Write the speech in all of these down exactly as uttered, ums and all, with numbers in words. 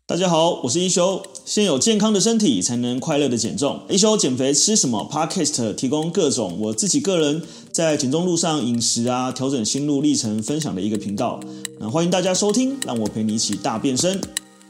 大家好，我是一休。先有健康的身体，才能快乐的减重。一休减肥吃什么 Podcast 提供各种我自己个人在减重路上饮食啊、调整心路历程分享的一个频道。那欢迎大家收听，让我陪你一起大变身。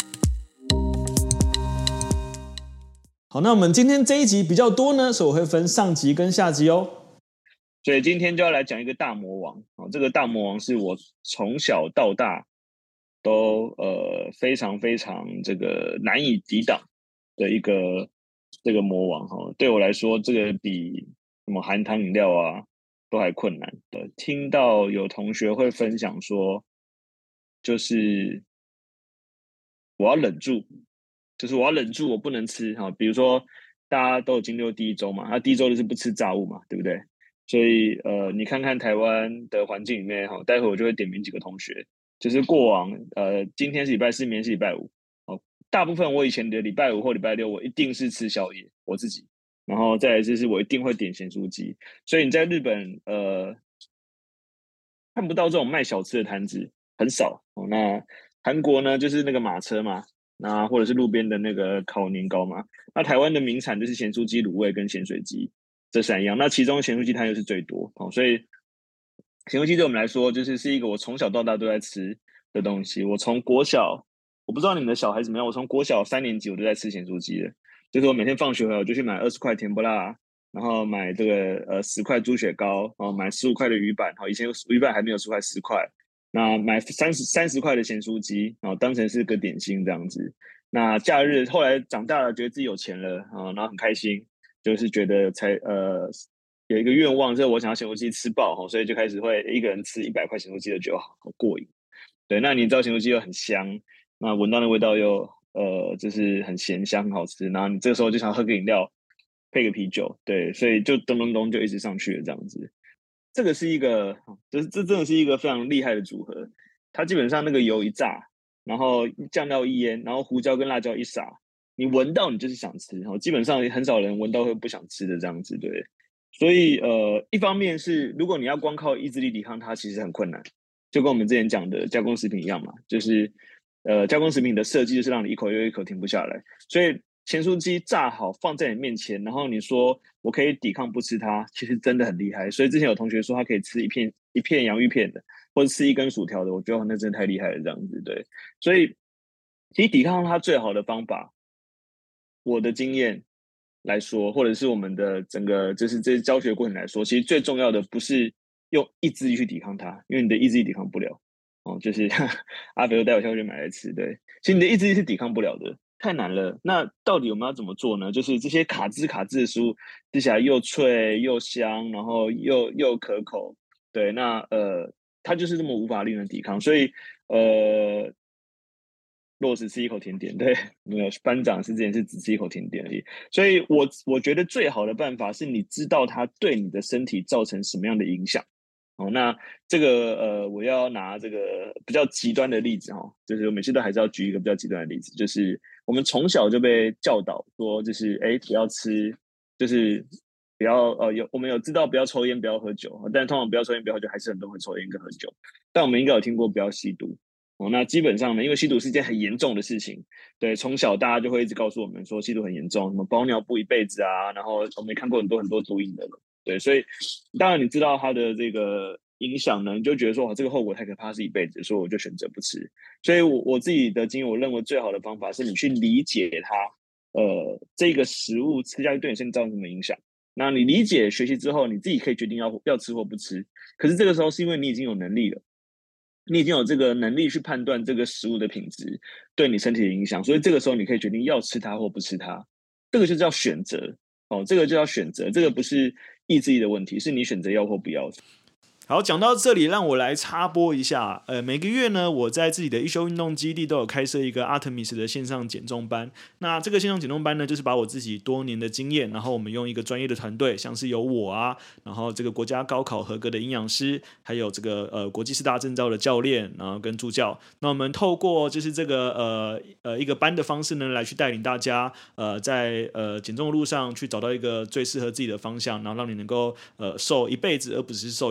好，那我们今天这一集比较多呢，所以我会分上集跟下集哦。 所以今天就要来讲一个大魔王、哦、这个大魔王是我从小到大都呃非常非常这个难以抵挡的一个这个魔王、哦、对我来说，这个比什么含糖饮料啊都还困难的。听到有同学会分享说，就是我要忍住，就是我要忍住，我不能吃、哦、比如说大家都有经历过第一周嘛，那第一周就是不吃炸物嘛，对不对？所以呃，你看看台湾的环境里面，哈，待会我就会点名几个同学，就是过往呃，今天是礼拜四，明天是礼拜五，哦，大部分我以前的礼拜五或礼拜六，我一定是吃宵夜，我自己，然后再来就是我一定会点咸酥鸡，所以你在日本呃看不到这种卖小吃的摊子，很少哦。那韩国呢，就是那个马车嘛，那或者是路边的那个烤年糕嘛，那台湾的名产就是咸酥鸡、卤味跟咸水鸡。这三样，那其中咸酥鸡它又是最多、哦、所以咸酥鸡对我们来说，就是是一个我从小到大都在吃的东西。我从国小，我不知道你们的小孩怎么样，我从国小三年级我就在吃咸酥鸡了，就是我每天放学回来我就去买二十块甜不辣，然后买这个呃十块猪血糕，然后买十五块的鱼板，好，以前鱼板还没有十块十块，那买三十三十块的咸酥鸡，然后当成是个点心这样子。那假日后来长大了，觉得自己有钱了啊，然后很开心。就是觉得才呃有一个愿望，就是我想要咸酥鸡吃爆，所以就开始会一个人吃一百块咸酥鸡的就好，好过瘾。对，那你知道咸酥鸡又很香，那闻到的味道又呃就是很咸香很好吃，然后你这个时候就想喝个饮料配个啤酒，对，所以就咚咚咚就一直上去了这样子。这个是一个，这这真的是一个非常厉害的组合。它基本上那个油一炸，然后酱料一腌，然后胡椒跟辣椒一撒。你闻到你就是想吃，然后基本上很少人闻到会不想吃的这样子，对。所以呃，一方面是如果你要光靠意志力抵抗它，其实很困难，就跟我们之前讲的加工食品一样嘛，就是呃加工食品的设计就是让你一口又一口停不下来。所以咸酥鸡炸好放在你面前，然后你说我可以抵抗不吃它，其实真的很厉害。所以之前有同学说他可以吃一片一片洋芋片的，或者吃一根薯条的，我觉得那真的太厉害了这样子，对。所以其实抵抗它最好的方法，我的经验来说，或者是我们的整个就是这教学过程来说，其实最重要的不是用意志力去抵抗它，因为你的意志力抵抗不了哦。就是阿肥又带我下去买来吃，对，其实你的意志力是抵抗不了的，太难了。那到底我们要怎么做呢？就是这些卡滋卡滋的食物吃起来又脆又香，然后又又可口，对，那呃，它就是这么无法令人抵抗，所以呃。落实吃一口甜点，对，没有班长是之前是只吃一口甜点而已，所以我我觉得最好的办法是你知道它对你的身体造成什么样的影响。哦，那这个呃，我要拿这个比较极端的例子哈、哦，就是我每次都还是要举一个比较极端的例子，就是我们从小就被教导说，就是哎不要吃，就是不要呃有我们有知道不要抽烟不要喝酒，但通常不要抽烟不要喝酒，还是很多人会抽烟跟喝酒，但我们应该有听过不要吸毒。哦，那基本上呢，因为吸毒是一件很严重的事情，对，从小大家就会一直告诉我们说吸毒很严重，什么包尿布一辈子啊，然后我们也看过很多很多毒瘾的人，对，所以当然你知道它的这个影响呢，你就觉得说哇，这个后果太可怕，是一辈子，所以我就选择不吃。所以我我自己的经验，我认为最好的方法是你去理解它，呃，这个食物吃下去对你身体造成什么影响。那你理解学习之后，你自己可以决定要要吃或不吃。可是这个时候是因为你已经有能力了。你已经有这个能力去判断这个食物的品质对你身体的影响，所以这个时候你可以决定要吃它或不吃它，这个就叫选择哦，这个就叫选择，这个不是意志力的问题，是你选择要或不要。 好，讲到这里，让我来插播一下。呃，每个月呢，我在自己的一休运动基地都有开设一个阿特米斯的线上减重班。那这个线上减重班呢，就是把我自己多年的经验，然后我们用一个专业的团队，像是有我啊，然后这个国家高考合格的营养师，还有这个呃国际四大证照的教练，然后跟助教。那我们透过就是这个呃呃一个班的方式呢，来去带领大家呃在呃减重的路上去找到一个最适合自己的方向，然后让你能够呃瘦一辈子，而不是瘦一阵子。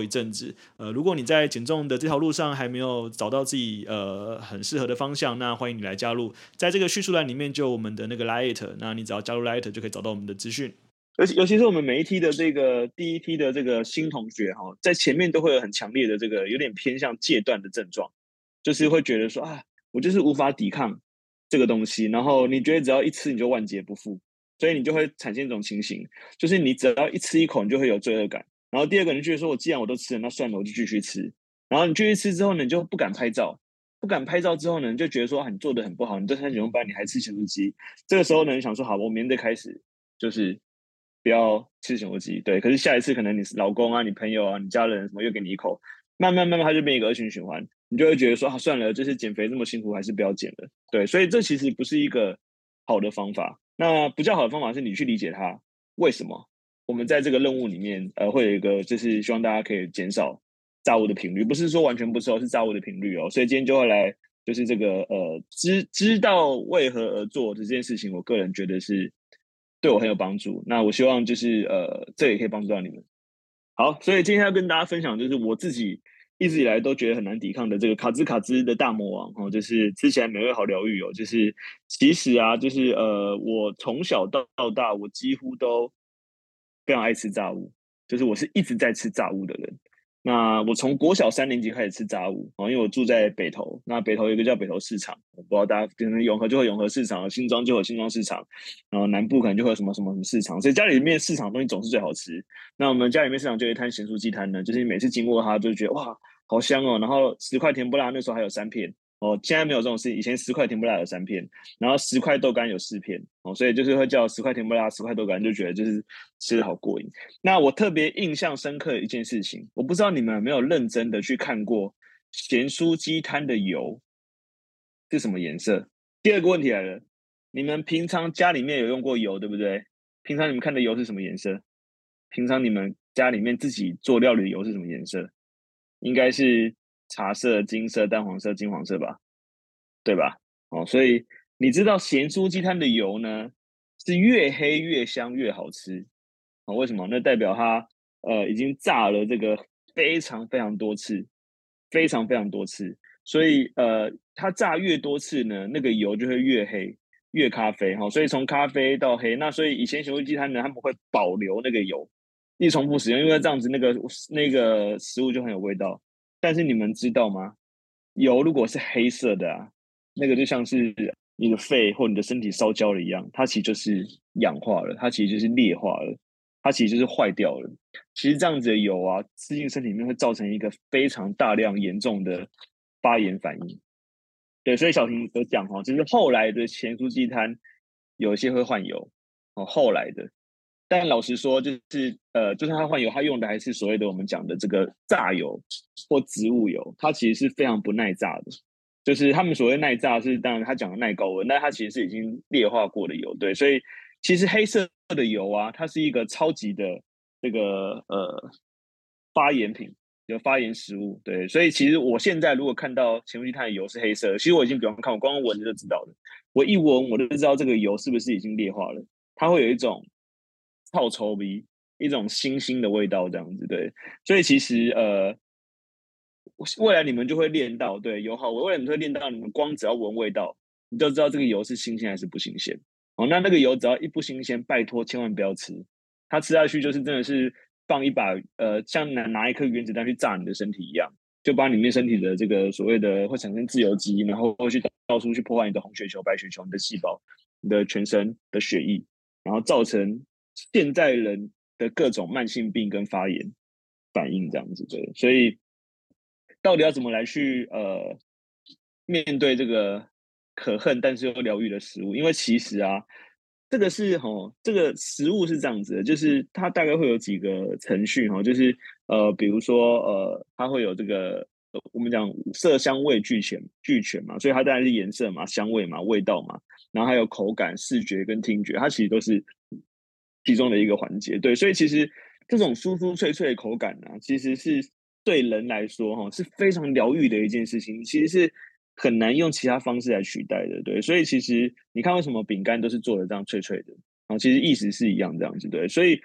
值。呃，如果你在减重的这条路上还没有找到自己呃很适合的方向，那欢迎你来加入，在这个叙述栏里面就有我们的那个 Lite， 那你只要加入 Lite 就可以找到我们的资讯。 而且尤其是我们每一梯的这个第一梯的这个新同学哈，在前面都会有很强烈的这个有点偏向戒断的症状，就是会觉得说啊，我就是无法抵抗这个东西，然后你觉得只要一吃你就万劫不复，所以你就会产生一种情形，就是你只要一吃一口你就会有罪恶感，然后第二个你就觉得说我既然我都吃了，那算了我就继续吃，然后你继续吃之后呢，你就不敢拍照，不敢拍照之后呢，你就觉得说啊你做的很不好，你这三减重班你还吃咸酥鸡，这个时候呢你想说好，我明天再开始就是不要吃咸酥鸡，对，可是下一次可能你老公啊、你朋友啊、你家人什么又给你一口，慢慢慢慢它就变一个恶性循环，你就会觉得说啊算了，就是减肥这么辛苦，还是不要减了，对，所以这其实不是一个好的方法。那比较好的方法是你去理解它为什么我们在这个任务里面，呃，会有一个就是希望大家可以减少炸物的频率，不是说完全不吃哦，是炸物的频率哦。所以今天就会来就是这个呃知知道为何而做这件事情，我个人觉得是对我很有帮助。那我希望就是呃这也可以帮助到你们。好，所以今天要跟大家分享就是我自己一直以来都觉得很难抵抗的这个卡兹卡兹的大魔王哦，就是吃起来美味好疗愈哦，就是其实啊，就是呃，我从小到大我几乎都非常爱吃炸物，就是我是一直在吃炸物的人。那我从国小三年级开始吃炸物哦，因为我住在北投，那北投有一个叫北投市场，我不知道大家可能永和就会永和市场，新庄就有新庄市场，然后南部可能就会有什么什么什么市场，所以家里面市场的东西总是最好吃。那我们家里面市场就有一摊咸酥鸡摊呢，就是每次经过它就觉得哇好香哦，然后十块甜不辣那时候还有三片哦，现在没有这种事，以前十块甜不辣有三片，然后十块豆干有四片哦，所以就是会叫十块甜不辣，十块豆干，就觉得就是吃的好过瘾。那我特别印象深刻的一件事情，我不知道你们有没有认真的去看过咸酥鸡摊的油是什么颜色？第二个问题来了，你们平常家里面有用过油对不对？平常你们看的油是什么颜色？平常你们家里面自己做料理的油是什么颜色？应该是茶色、金色、淡黄色、金黄色吧，对吧？哦，所以你知道咸酥鸡摊的油呢，是越黑越香越好吃哦？为什么？那代表它呃已经炸了这个非常非常多次，非常非常多次，所以呃它炸越多次呢，那个油就会越黑。越咖啡哈、哦，所以从咖啡到黑，那所以以前咸酥鸡摊呢，他们会保留那个油，一重复使用，因为这样子那个那个食物就很有味道。但是你们知道吗？油如果是黑色的啊，那个就像是你的肺或你的身体烧焦了一样，它其实就是氧化了，它其实就是裂化了，它其实就是坏掉了。其实这样子的油啊，吃进身体里面会造成一个非常大量严重的发炎反应。对，所以小婷有讲哦，就是后来的咸酥鸡摊有一些会换油哦，后来的。但老实说，就是呃，就算他换油，他用的还是所谓的我们讲的这个榨油或植物油，它其实是非常不耐炸的。就是他们所谓耐炸是，当然他讲的耐高温，但它其实是已经劣化过的油。对，所以其实黑色的油啊，它是一个超级的这个呃发炎品。有发炎食物，对，所以其实我现在如果看到咸酥鸡摊的油是黑色的，其实我已经不用看，我光闻就知道了。我一闻我就知道这个油是不是已经劣化了，它会有一种臭臭味，一种腥腥的味道，这样子，对。所以其实呃，未来你们就会练到，对，油耗，我未来你们会练到，你们光只要闻味道，你就知道这个油是新鲜还是不新鲜。哦，那那个油只要一不新鲜，拜托千万不要吃，它吃下去就是真的是放一把呃，像拿拿一颗原子弹去炸你的身体一样，就把里面身体的这个所谓的会产生自由基，然后会去到处去破坏你的红血球、白血球、你的细胞、你的全身的血液，然后造成现在人的各种慢性病跟发炎反应这样子对，所以到底要怎么来去呃面对这个可恨但是又疗愈的食物？因为其实啊，这个是哈，这个食物是这样子的，就是它大概会有几个程序哈，就是呃，比如说呃，它会有这个呃我们讲色香味俱全俱全嘛，所以它当然是颜色嘛、香味嘛、味道嘛，然后还有口感、视觉跟听觉，它其实都是其中的一个环节。对，所以其实这种酥酥脆脆的口感呢、啊，其实是对人来说哈是非常疗愈的一件事情，其实是很难用其他方式来取代的。对，所以其实你看为什么饼干都是做的这样脆脆的啊，其实意思是一样这样子对，所以。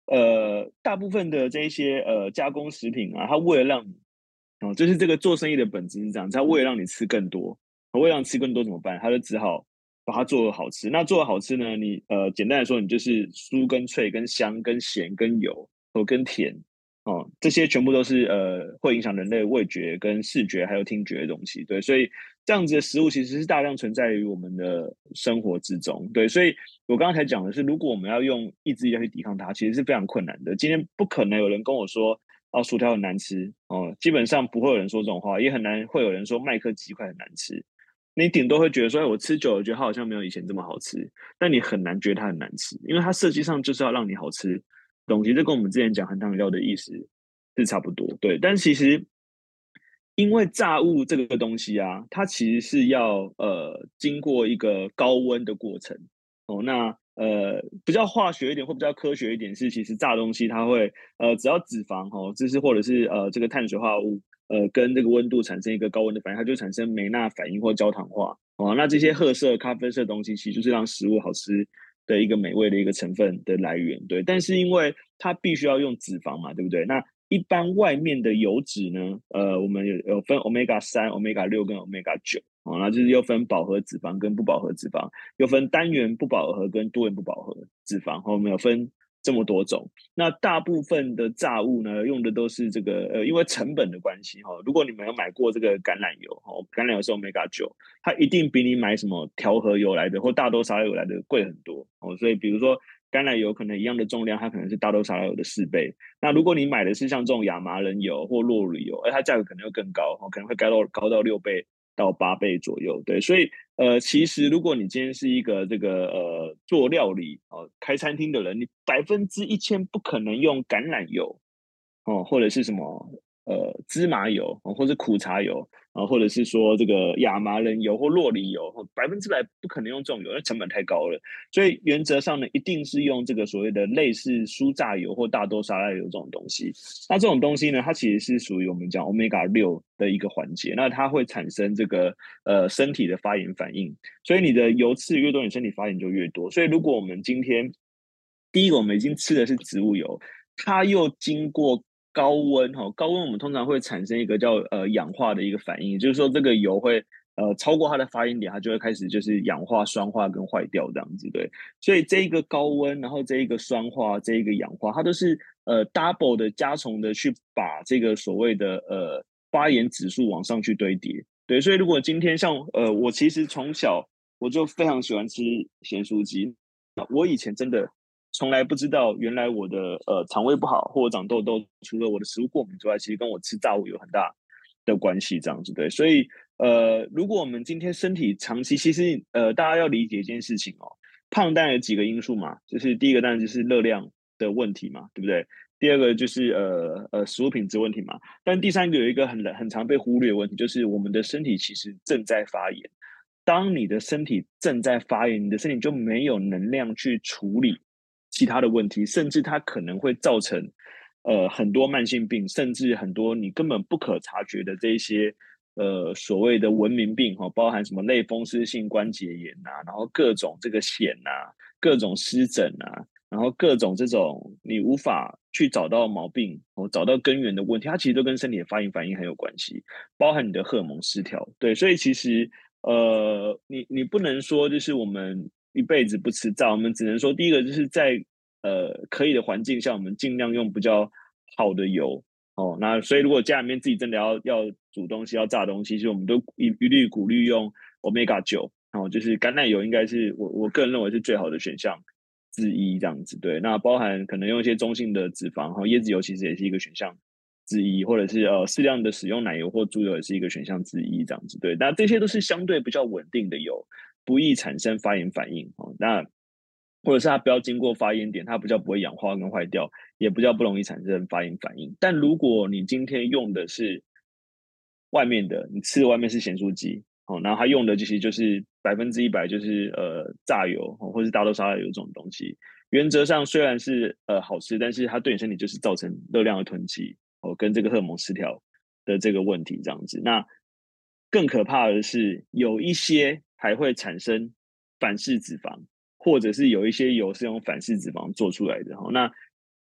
呃，大部分的这一些呃加工食品啊，它为了让你哦，就是这个做生意的本质是这样，它为了让你吃更多，为了让你吃更多怎么办？它就只好把它做的好吃。那做的好吃呢，你呃简单来说，你就是酥跟脆跟香跟咸跟油和跟甜哦，这些全部都是呃会影响人类味觉跟视觉还有听觉的东西。对，所以这样子的食物其实是大量存在于我们的生活之中。对，所以我刚刚才讲的是，如果我们要用意志力要去抵抗它，其实是非常困难的。今天不可能有人跟我说，哦，薯条很难吃哦，基本上不会有人说这种话，也很难会有人说麦克鸡块很难吃。你顶多会觉得说，哎，我吃久了觉得它好像没有以前这么好吃，但你很难觉得它很难吃，因为它设计上就是要让你好吃东西。这跟我们之前讲含糖饮料的意思是差不多。对，但其实因为炸物这个东西啊，它其实是要呃经过一个高温的过程哦。那呃比较化学一点或比较科学一点是，其实炸东西它会呃只要脂肪哦，就是或者是呃这个碳水化合物呃跟这个温度产生一个高温的反应，它就产生梅纳反应或焦糖化哦。那这些褐色、咖啡色的东西，其实就是让食物好吃的一个美味的一个成分的来源。对，但是因为它必须要用脂肪嘛，对不对？那一般外面的油脂呢，呃，我们有有分 omega 三、omega 六跟 omega 九，哦，那就是又分饱和脂肪跟不饱和脂肪，又分单元不饱和跟多元不饱和脂肪，哦，我们有分这么多种。那大部分的炸物呢，用的都是这个，呃，因为成本的关系，哈、哦，如果你们有买过这个橄榄油，哦，橄榄油是 omega 九，它一定比你买什么调和油来的或大豆沙拉油来的贵很多，哦，所以比如说橄榄油可能一样的重量，它可能是大豆沙拉油的四倍。那如果你买的是像这种亚麻仁油或洛梨油，而它价格可能会更高，可能会高到高到六倍到八倍左右。对，所以呃，其实如果你今天是一个这个呃做料理哦、呃、开餐厅的人，你百分之一千不可能用橄榄油哦，或者是什么呃芝麻油，哦、或者苦茶油啊、或者是说这个亚麻仁油或洛梨油，百分之百不可能用这种油，那成本太高了。所以原则上呢，一定是用这个所谓的类似酥炸油或大豆沙拉油这种东西。那这种东西呢，它其实是属于我们讲 omega 六的一个环节，那它会产生这个呃身体的发炎反应。所以你的油吃越多，你身体发炎就越多。所以如果我们今天第一个我们已经吃的是植物油，它又经过高温哈，高温我们通常会产生一个叫呃氧化的一个反应，也就是说这个油会呃超过它的发炎点，它就会开始就是氧化、酸化跟坏掉这样子，对。所以这一个高温，然后这一个酸化，这一个氧化，它都是呃 double 的加重的去把这个所谓的呃发炎指数往上去堆叠，对。所以如果今天像呃我其实从小我就非常喜欢吃咸酥鸡，我以前真的从来不知道，原来我的呃肠胃不好或者长痘痘，除了我的食物过敏之外，其实跟我吃炸物有很大的关系，这样子对。所以呃，如果我们今天身体长期，其实呃大家要理解一件事情哦，胖当然有几个因素嘛，就是第一个当然就是热量的问题嘛，对不对？第二个就是呃呃食物品质问题嘛，但第三个有一个很很常被忽略的问题，就是我们的身体其实正在发炎。当你的身体正在发炎，你的身体就没有能量去处理其他的问题，甚至它可能会造成呃很多慢性病，甚至很多你根本不可察觉的这一些呃所谓的文明病哈、哦，包含什么类风湿性关节炎呐、啊，然后各种这个癣呐、啊，各种湿疹啊，然后各种这种你无法去找到毛病哦，找到根源的问题，它其实都跟身体的发炎反应很有关系，包含你的荷尔蒙失调。对，所以其实呃，你你不能说就是我们一辈子不吃炸，我们只能说第一个就是在呃可以的环境下，我们尽量用比较好的油哦。那所以如果家里面自己真的要要煮东西要炸东西，其实我们都一一律鼓励用 omega 九哦，就是橄榄油应该是我我个人认为是最好的选项之一这样子。对，那包含可能用一些中性的脂肪，哈、哦，椰子油其实也是一个选项之一，或者是呃适量的使用奶油或猪油也是一个选项之一，这样子对。那这些都是相对比较稳定的油，不易产生发炎反应哦。那或者是它不要经过发炎点，它比较不会氧化跟坏掉，也比较不容易产生发炎反应。但如果你今天用的是外面的，你吃的外面是咸酥鸡哦，然后它用的其实就是百分之一百就是呃炸油哦，或是大豆沙拉油这种东西。原则上虽然是呃好吃，但是它对你身体就是造成热量的囤积哦，跟这个荷尔蒙失调的这个问题这样子。那更可怕的是，有一些还会产生反式脂肪，或者是有一些油是用反式脂肪做出来的哈。那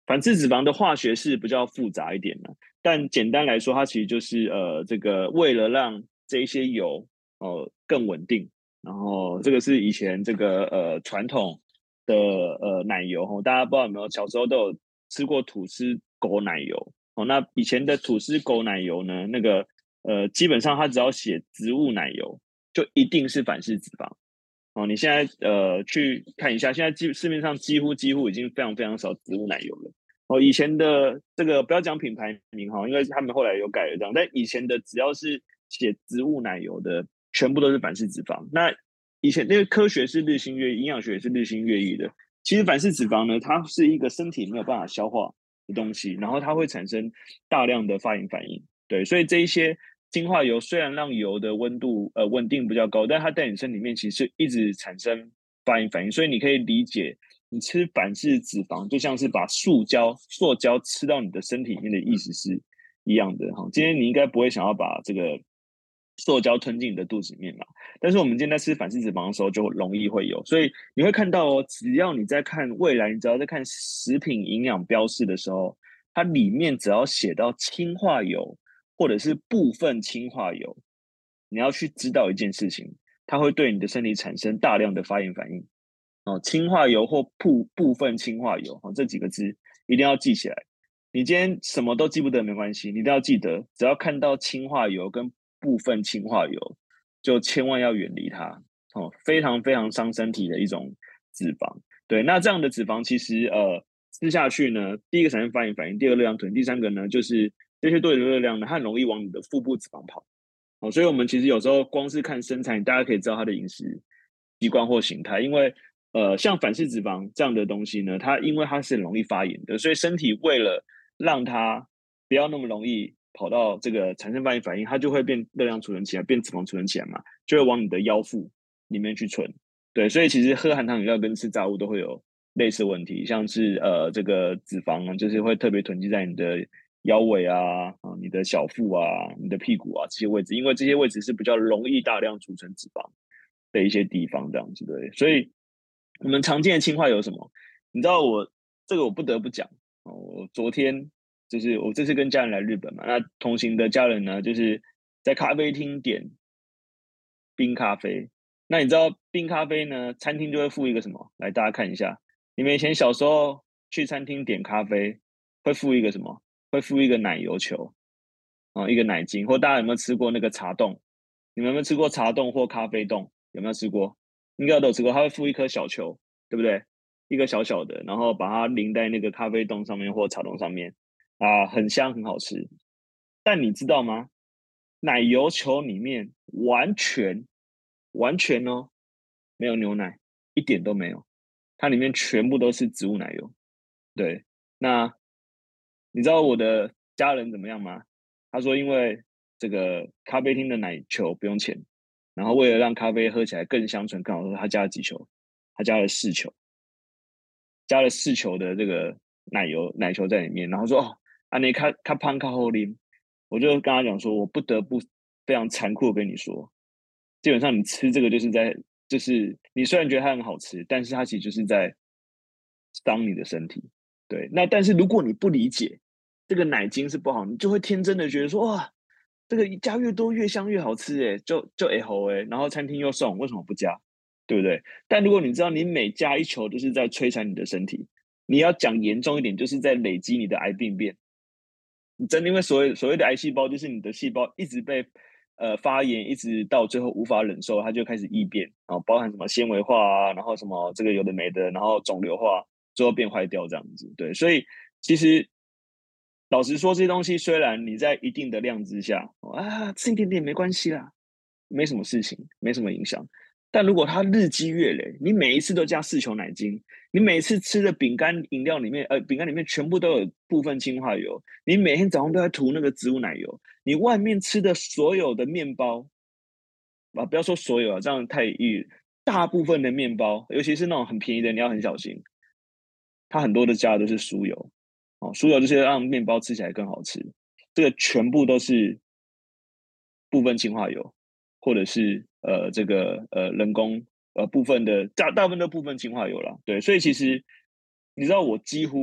反式脂肪的化学式比较复杂一点的，但简单来说，它其实就是呃，这个为了让这一些油呃更稳定，然后这个是以前这个呃传统的呃奶油哈，大家不知道有没有小时候都有吃过吐司狗奶油哦？那以前的吐司狗奶油呢，那个呃基本上它只要写植物奶油，就一定是反式脂肪。哦，你现在呃去看一下，现在基市面上几乎几乎已经非常非常少植物奶油了。哦，以前的这个不要讲品牌名哈，因为他们后来有改了这样，但以前的只要是写植物奶油的，全部都是反式脂肪。那以前那个科学是日新月异，营养学也是日新月异的。其实反式脂肪呢，它是一个身体没有办法消化的东西，然后它会产生大量的发炎反应。对，所以这一些氢化油虽然让油的温度呃稳定比较高，但它在你身体里面其实一直产生发炎反应，所以你可以理解，你吃反式脂肪就像是把塑胶塑胶吃到你的身体里面的意思是一样的哈。今天你应该不会想要把这个塑胶吞进你的肚子里面嘛，但是我们今天在吃反式脂肪的时候就容易会有，所以你会看到哦，只要你在看未来，你只要在看食品营养标示的时候，它里面只要写到氢化油或者是部分氢化油，你要去知道一件事情，它会对你的身体产生大量的发炎反应。哦，氢化油或部部分氢化油，哦，这几个字一定要记起来。你今天什么都记不得没关系，你一定要记得，只要看到氢化油跟部分氢化油，就千万要远离它。哦，非常非常伤身体的一种脂肪。对，那这样的脂肪其实呃吃下去呢，第一个产生发炎反应，第二个热量囤，第三个呢就是这些多余的热量呢，它很容易往你的腹部脂肪跑。哦，所以我们其实有时候光是看身材，大家可以知道他的饮食习惯或形态，因为呃，像反式脂肪这样的东西呢，它因为它是很容易发炎的，所以身体为了让它不要那么容易跑到这个产生发炎反应，它就会变热量储存起来，变脂肪储存起来嘛，就会往你的腰腹里面去存。对，所以其实喝含糖饮料跟吃炸物都会有类似问题，像是呃这个脂肪啊，就是会特别囤积在你的腰围啊、啊你的小腹啊、你的屁股啊这些位置，因为这些位置是比较容易大量储存脂肪的一些地方，这样子对。所以我们常见的氢化有什么？你知道我这个我不得不讲哦，我昨天就是我这次跟家人来日本嘛，那同行的家人呢，就是在咖啡厅点冰咖啡。那你知道冰咖啡呢？餐厅就会附一个什么？来，大家看一下。你们以前小时候去餐厅点咖啡，会附一个什么？会附一个奶油球啊、哦一个奶精。或大家有没有吃过那个茶冻？你们有没有吃过茶冻或咖啡冻？有没有吃过？应该都有吃过。它会附一颗小球，对不对？一个小小的，然后把它淋在那个咖啡冻上面或茶冻上面啊，很香，很好吃。但你知道吗？奶油球里面完全完全哦，没有牛奶，一点都没有，它里面全部都是植物奶油。对，那你知道我的家人怎么样吗？他说，因为这个咖啡厅的奶球不用钱，然后为了让咖啡喝起来更香醇、更好喝，他加了几球？他加了四球，加了四球的这个奶油奶球在里面，然后说哦，啊你卡卡胖卡后林，我就跟他讲说，我不得不非常残酷的跟你说，基本上你吃这个就是在，就是你虽然觉得它很好吃，但是它其实就是在伤你的身体。对，那但是如果你不理解这个奶精是不好，你就会天真的觉得说哇，这个加越多越香越好吃，诶，就就哎吼诶，然后餐厅又送，为什么不加？对不对？但如果你知道你每加一球都是在摧残你的身体，你要讲严重一点，就是在累积你的癌病变。你真的因为所谓所谓的癌细胞，就是你的细胞一直被呃发炎，一直到最后无法忍受，它就开始异变，然后包含什么纤维化啊，然后什么这个有的没的，然后肿瘤化，最后变坏掉这样子。对，所以其实老实说，这些东西虽然你在一定的量之下啊，吃一点点没关系啦，没什么事情，没什么影响。但如果它日积月累，你每一次都加四球奶精，你每次吃的饼干、饮料里面，呃，饼干里面全部都有部分氢化油，你每天早上都在涂那个植物奶油，你外面吃的所有的面包啊，不要说所有啊，这样太易，大部分的面包，尤其是那种很便宜的，你要很小心，它很多的加的都是酥油，哦，酥油就是让面包吃起来更好吃，这个全部都是部分氢化油，或者是呃这个呃人工呃部分的大大部分的部分氢化油啦，对，所以其实你知道我几乎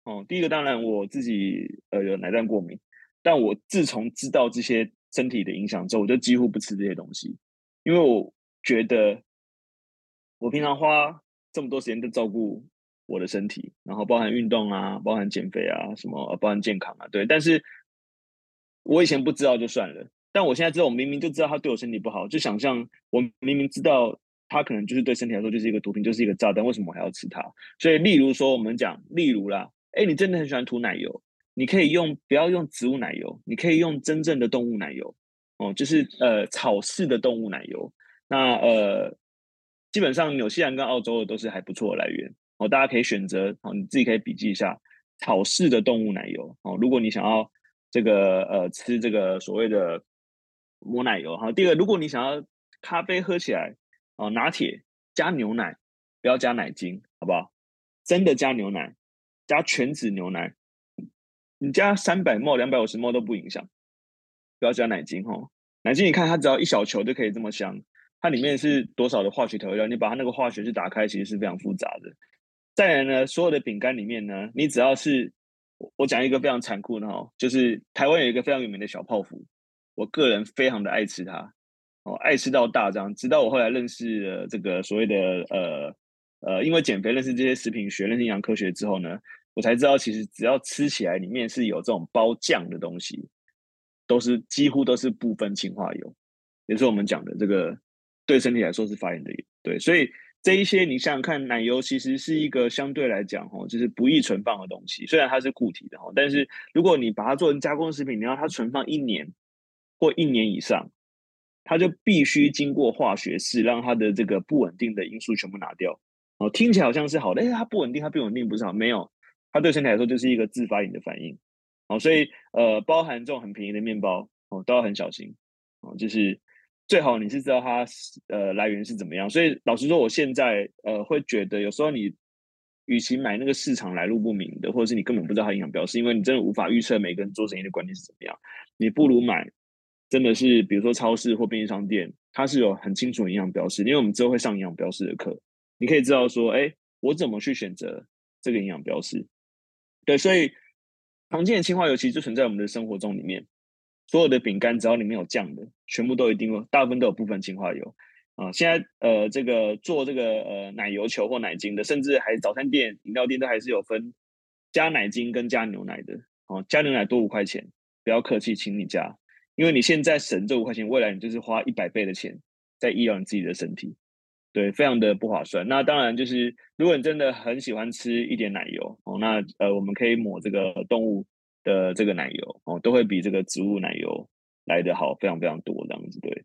哦，第一个当然我自己呃有奶蛋过敏，但我自从知道这些身体的影响之后，我就几乎不吃这些东西，因为我觉得我平常花这么多时间在照顾我的身体，然后包含运动啊，包含减肥啊，什么呃包含健康啊，对。但是我以前不知道就算了，但我现在知道，我明明就知道它对我身体不好，就想象我明明知道它可能就是对身体来说就是一个毒品，就是一个炸弹，为什么我还要吃它？所以，例如说我们讲，例如啦，哎，你真的很喜欢涂奶油，你可以用不要用植物奶油，你可以用真正的动物奶油，哦，就是呃草饲的动物奶油。那呃，基本上纽西兰跟澳洲的都是还不错的来源哦，大家可以选择哦，你自己可以笔记一下草饲的动物奶油哦。如果你想要这个呃吃这个所谓的抹奶油哈，第二个，如果你想要咖啡喝起来哦，拿铁加牛奶，不要加奶精，好不好？真的加牛奶，加全脂牛奶，你加三百 ml、两百五十 ml 都不影响，不要加奶精哈。奶精你看它只要一小球就可以这么香，它里面是多少的化学调料？你把它那个化学式打开，其实是非常复杂的。再来呢，所有的饼干里面呢，你只要是我我讲一个非常残酷的哈，就是台湾有一个非常有名的小泡芙，我个人非常的爱吃它，哦，爱吃到大张。直到我后来认识了这个所谓的呃呃，因为减肥认识这些食品学、认识营养科学之后呢，我才知道其实只要吃起来里面是有这种包酱的东西，都是几乎都是部分氢化油，也是我们讲的这个对身体来说是发炎的油。对，所以这一些你想想看，奶油其实是一个相对来讲哦，就是不易存放的东西，虽然它是固体的哦，但是如果你把它做成加工食品，你要它存放一年或一年以上，它就必须经过化学式，让它的这个不稳定的因素全部拿掉。哦，听起来好像是好的，但是它不稳定，它不稳定不是好，没有，它对身体来说就是一个自发炎的反应。哦，所以呃，包含这种很便宜的面包哦，都要很小心哦，就是最好你是知道它呃来源是怎么样。所以老实说，我现在呃会觉得有时候你与其买那个市场来路不明的，或者是你根本不知道它营养标识，因为你真的无法预测每个人做生意的观念是怎么样，你不如买真的是比如说超市或便利商店，它是有很清楚的营养标识，因为我们之后会上营养标识的课，你可以知道说，哎，我怎么去选择这个营养标识。对，所以常见的氢化油其实就存在我们的生活中里面，所有的饼干只要里面有酱的，全部都一定有，大部分都有部分氢化油啊、呃现在呃，这个做这个呃奶油球或奶精的，甚至还早餐店、饮料店都还是有分加奶精跟加牛奶的。哦，加牛奶多五块钱，不要客气，请你加，因为你现在省这五块钱，未来你就是花一百倍的钱在医疗你自己的身体。对，非常的不划算。那当然就是，如果你真的很喜欢吃一点奶油哦，那呃，我们可以抹这个动物的这个奶油哦，都会比这个植物奶油来得好，非常非常多这样子。对，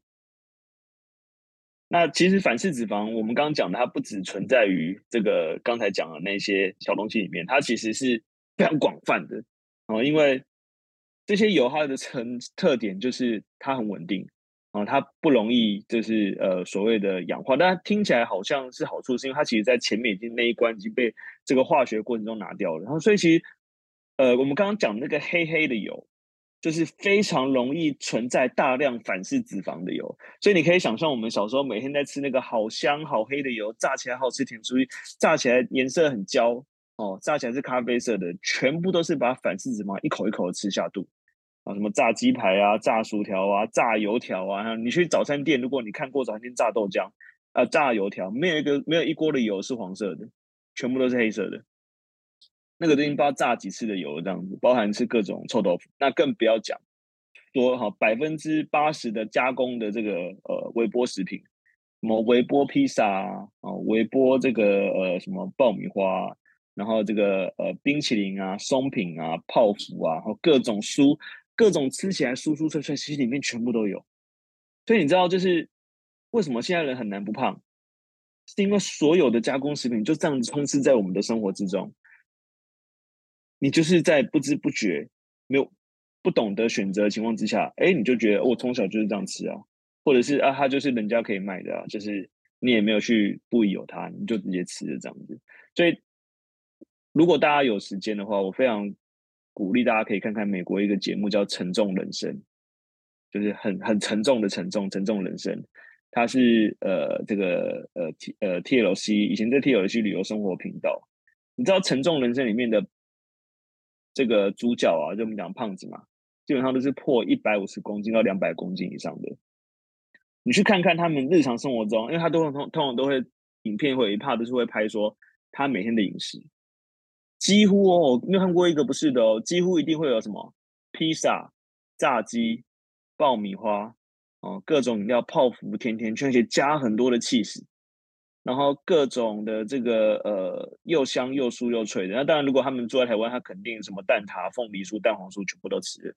那其实反式脂肪，我们刚刚讲的，它不只存在于这个刚才讲的那些小东西里面，它其实是非常广泛的哦，因为这些油它的成特点就是它很稳定啊、它不容易就是呃所谓的氧化，但它听起来好像是好处，是因为它其实在前面已经那一关已经被这个化学过程中拿掉了，然后所以其实呃我们刚刚讲那个黑黑的油，就是非常容易存在大量反式脂肪的油，所以你可以想象我们小时候每天在吃那个好香好黑的油，炸起来好吃甜酥鸡，炸起来颜色很焦哦，炸起来是咖啡色的，全部都是把反式脂肪一口一口的吃下肚。啊，什么炸鸡排啊、炸薯条啊、炸油条啊，你去早餐店，如果你看过早餐店炸豆浆，呃，炸油条，没有一个没有一锅的油是黄色的，全部都是黑色的。那个都已经不知道炸几次的油这样子，包含是各种臭豆腐，那更不要讲说哈百分之八十的加工的这个呃微波食品，什么微波披萨啊，哦微波这个呃什么爆米花啊，然后这个呃冰淇淋啊、松饼啊、泡芙啊，然后各种酥，各种吃起来酥酥脆脆，其实里面全部都有。所以你知道，就是为什么现在人很难不胖，是因为所有的加工食品就这样子充斥在我们的生活之中。你就是在不知不觉、没有不懂得选择的情况之下，哎，你就觉得我从小就是这样吃啊，或者是啊，它就是人家可以卖的啊，就是你也没有去不疑有他，你就直接吃了这样子。所以，如果大家有时间的话，我非常鼓励大家可以看看美国一个节目叫《沉重人生》，就是很很沉重的沉重沉重人生。它是呃这个呃 T 呃 T L C 以前在 T L C 旅游生活频道，你知道《沉重人生》里面的这个主角啊，就我们讲胖子嘛，基本上都是破一百五十公斤到两百公斤以上的。你去看看他们日常生活中，因为他都通通常都会影片会有一 part 都是会拍说他每天的饮食，几乎哦，我没有看过一个不是的哦，几乎一定会有什么披萨、炸鸡、爆米花哦，各种饮料、泡芙、甜甜圈，而且加很多的起司，然后各种的这个呃又香又酥又脆的。那当然，如果他们住在台湾，他肯定什么蛋挞、凤梨酥、蛋黄酥全部都吃了，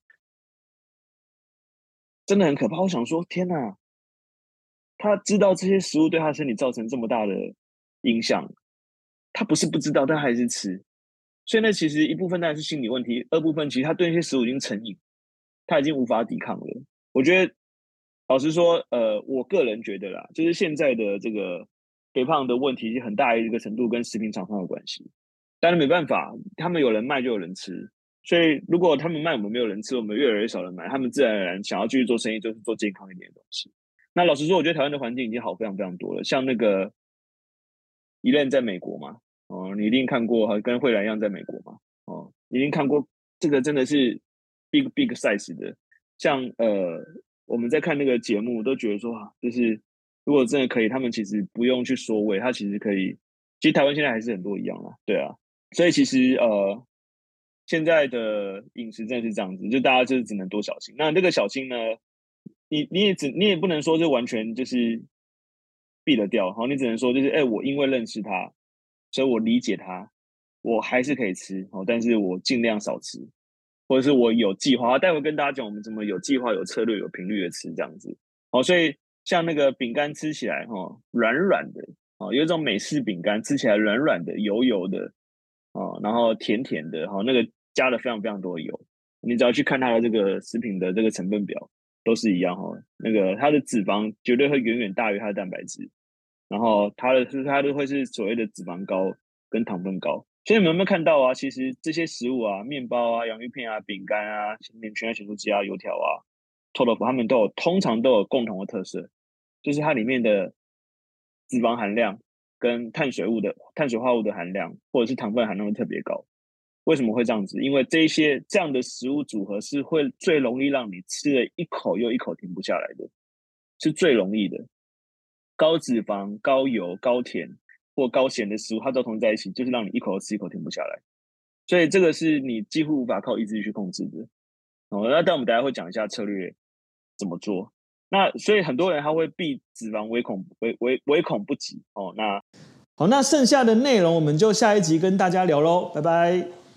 真的很可怕。我想说，天哪！他知道这些食物对他身体造成这么大的影响，他不是不知道，但还是吃。所以那其实一部分当然是心理问题，二部分其实他对那些食物已经成瘾，他已经无法抵抗了。我觉得，老实说，呃，我个人觉得啦，就是现在的这个肥胖的问题，很大一个程度跟食品厂商有关系。当然没办法，他们有人卖就有人吃，所以如果他们卖我们没有人吃，我们越来越少人买，他们自然而然想要继续做生意，就是做健康一点的东西。那老实说，我觉得台湾的环境已经好非常非常多了。像那个一任在美国嘛，哦，你一定看过，跟慧兰一样在美国嘛，哦，你一定看过这个真的是 big big size 的。像呃，我们在看那个节目，都觉得说，啊就是如果真的可以，他们其实不用去缩胃，他其实可以。其实台湾现在还是很多一样啦，对啊。所以其实呃，现在的饮食真的是这样子，就大家就是只能多小心。那这个小心呢，你你也只你也不能说就完全就是避得掉，好，你只能说就是，哎、欸，我因为认识他，所以我理解他，我还是可以吃，哦，但是我尽量少吃，或者是我有计划，待会跟大家讲我们怎么有计划、有策略、有频率的吃这样子。好，所以像那个饼干吃起来哈、哦、软软的，哦，有一种美式饼干吃起来软软的、油油的，哦，然后甜甜的，哦，那个加了非常非常多的油，你只要去看它的这个食品的这个成分表，都是一样哦。那个它的脂肪绝对会远远大于它的蛋白质，然后它的是它都会是所谓的脂肪高跟糖分高。所以你们有没有看到啊？其实这些食物啊，面包啊、洋芋片啊、饼干啊、全全咸酥鸡啊、油条啊、臭豆腐，它们都有通常都有共同的特色，就是它里面的脂肪含量跟碳水物的碳水化合物的含量，或者是糖分含量会特别高。为什么会这样子？因为这一些这样的食物组合是会最容易让你吃了一口又一口停不下来的，是最容易的。高脂肪、高油、高甜或高咸的食物，它都同在一起，就是让你一口吃一口停不下来。所以这个是你几乎无法靠意志力去控制的。哦，那但我们等一下会讲一下策略怎么做。那所以很多人他会避脂肪唯恐唯唯唯恐不及哦。那好，那剩下的内容我们就下一集跟大家聊喽，拜拜。